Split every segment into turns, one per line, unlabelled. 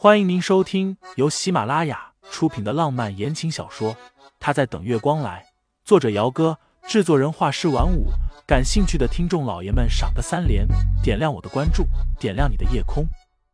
欢迎您收听由喜马拉雅出品的浪漫言情小说《他在等月光来》，作者姚哥，制作人画师晚舞。感兴趣的听众老爷们赏个3连，点亮我的关注，点亮你的夜空。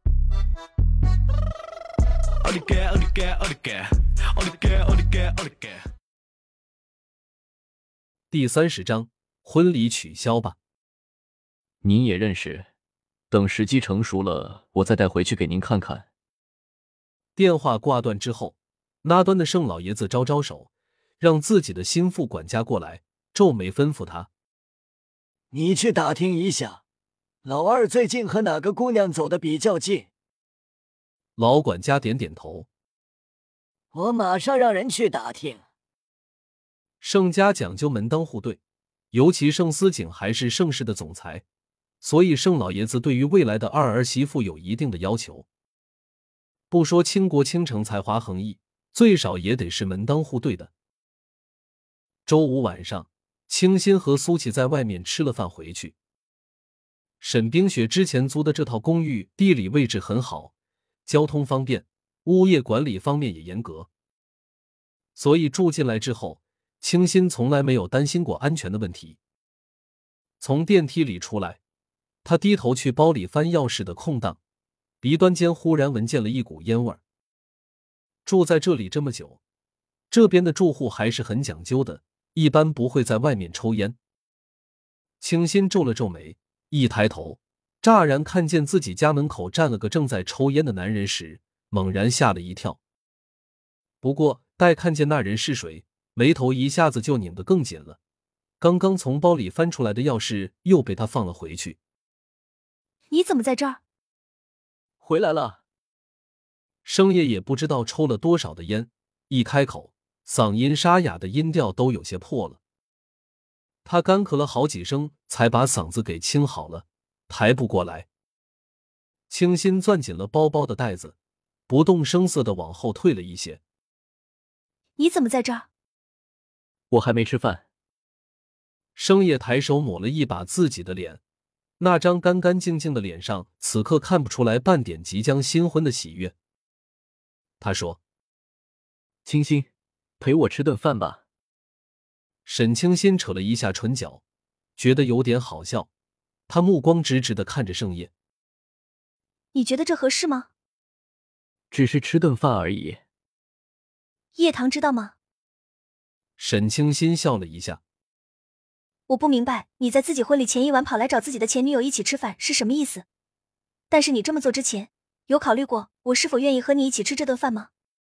第30章，婚礼取消吧。
您也认识，等时机成熟了，我再带回去给您看看。
电话挂断之后，那端的盛老爷子招招手，让自己的心腹管家过来，皱眉吩咐他：
你去打听一下，老二最近和哪个姑娘走得比较近。
老管家点点头，
我马上让人去打听。
盛家讲究门当户对，尤其盛思景还是盛氏的总裁，所以盛老爷子对于未来的二儿媳妇有一定的要求。不说倾国倾城才华横溢，最少也得是门当户对的。周五晚上，清新和苏琪在外面吃了饭回去。沈冰雪之前租的这套公寓地理位置很好，交通方便，物业管理方面也严格，所以住进来之后，清新从来没有担心过安全的问题。从电梯里出来，他低头去包里翻钥匙的空档，鼻端间忽然闻见了一股烟味儿。住在这里这么久，这边的住户还是很讲究的，一般不会在外面抽烟。清新皱了皱眉，一抬头，乍然看见自己家门口站了个正在抽烟的男人时，猛然吓了一跳。不过待看见那人是谁，眉头一下子就拧得更紧了。刚刚从包里翻出来的钥匙又被他放了回去。
你怎么在这儿？
回来了。
生夜也不知道抽了多少的烟，一开口，嗓音沙哑的音调都有些破了。他干咳了好几声，才把嗓子给清好了，抬不过来。清新攥紧了包包的带子，不动声色地往后退了一些。
你怎么在这儿？
我还没吃饭。
生夜抬手抹了一把自己的脸，那张干干净净的脸上此刻看不出来半点即将新婚的喜悦。他说：
清新，陪我吃顿饭吧。
沈清新扯了一下唇角，觉得有点好笑，他目光直直地看着盛夜。
你觉得这合适吗？
只是吃顿饭而已。
叶棠知道吗？
沈清新笑了一下。
我不明白你在自己婚礼前一晚跑来找自己的前女友一起吃饭是什么意思，但是你这么做之前，有考虑过我是否愿意和你一起吃这顿饭吗？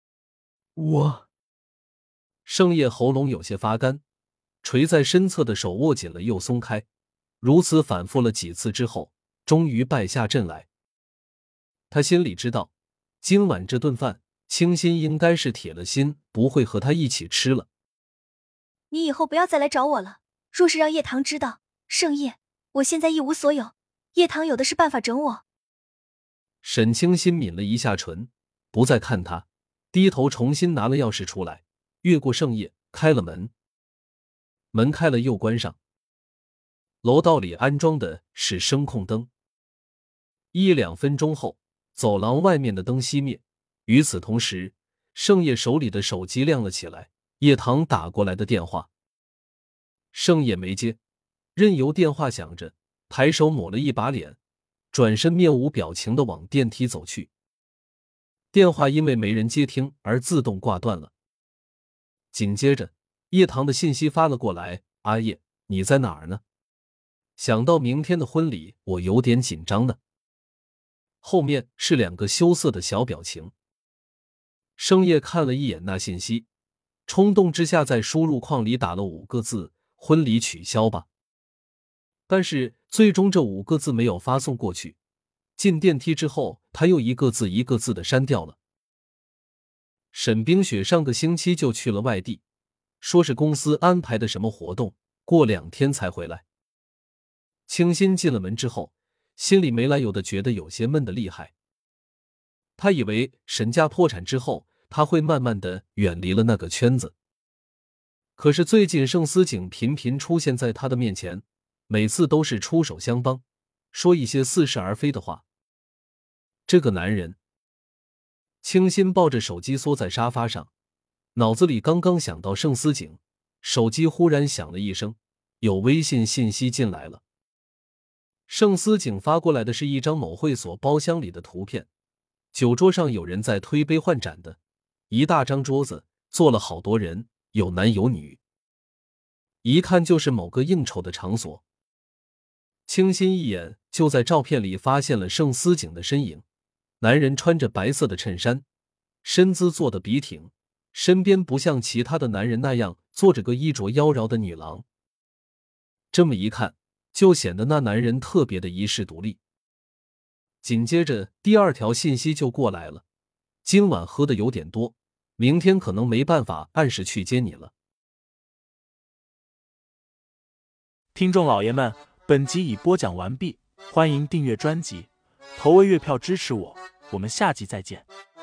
盛夜喉咙有些发干，垂在身侧的手握紧了又松开，如此反复了几次之后，终于败下阵来。他心里知道，今晚这顿饭清新应该是铁了心不会和他一起吃了。
你以后不要再来找我了，若是让叶棠知道，盛夜，我现在一无所有，叶棠有的是办法整我。
沈清新抿了一下唇，不再看他，低头重新拿了钥匙出来，越过盛夜，开了门。门开了又关上。楼道里安装的是声控灯。1-2分钟后，走廊外面的灯熄灭，与此同时，盛夜手里的手机亮了起来，叶棠打过来的电话。盛夜没接，任由电话响着，抬手抹了一把脸，转身面无表情地往电梯走去。电话因为没人接听而自动挂断了。紧接着，叶棠的信息发了过来：阿叶，你在哪儿呢？想到明天的婚礼，我有点紧张呢。后面是2个羞涩的小表情。盛夜看了一眼那信息，冲动之下在输入框里打了5个字：婚礼取消吧。但是最终这5个字没有发送过去。进电梯之后，他又一个字一个字的删掉了。沈冰雪上个星期就去了外地，说是公司安排的什么活动，过2天才回来。清新进了门之后，心里没来由的觉得有些闷得厉害。他以为沈家破产之后，他会慢慢的远离了那个圈子。可是最近盛思景频频出现在他的面前，每次都是出手相帮，说一些似是而非的话。这个男人清新抱着手机缩在沙发上，脑子里刚刚想到盛思景，手机忽然响了一声，有微信信息进来了。盛思景发过来的是一张某会所包厢里的图片，酒桌上有人在推杯换盏的，一大张桌子坐了好多人，有男有女，一看就是某个应酬的场所。清新一眼就在照片里发现了盛思景的身影，男人穿着白色的衬衫，身姿坐得笔挺，身边不像其他的男人那样坐着个衣着妖娆的女郎。这么一看，就显得那男人特别的遗世独立。紧接着第二条信息就过来了，今晚喝的有点多，明天可能没办法按时去接你了。
听众老爷们，本集已播讲完毕，欢迎订阅专辑，投喂月票支持我，我们下集再见。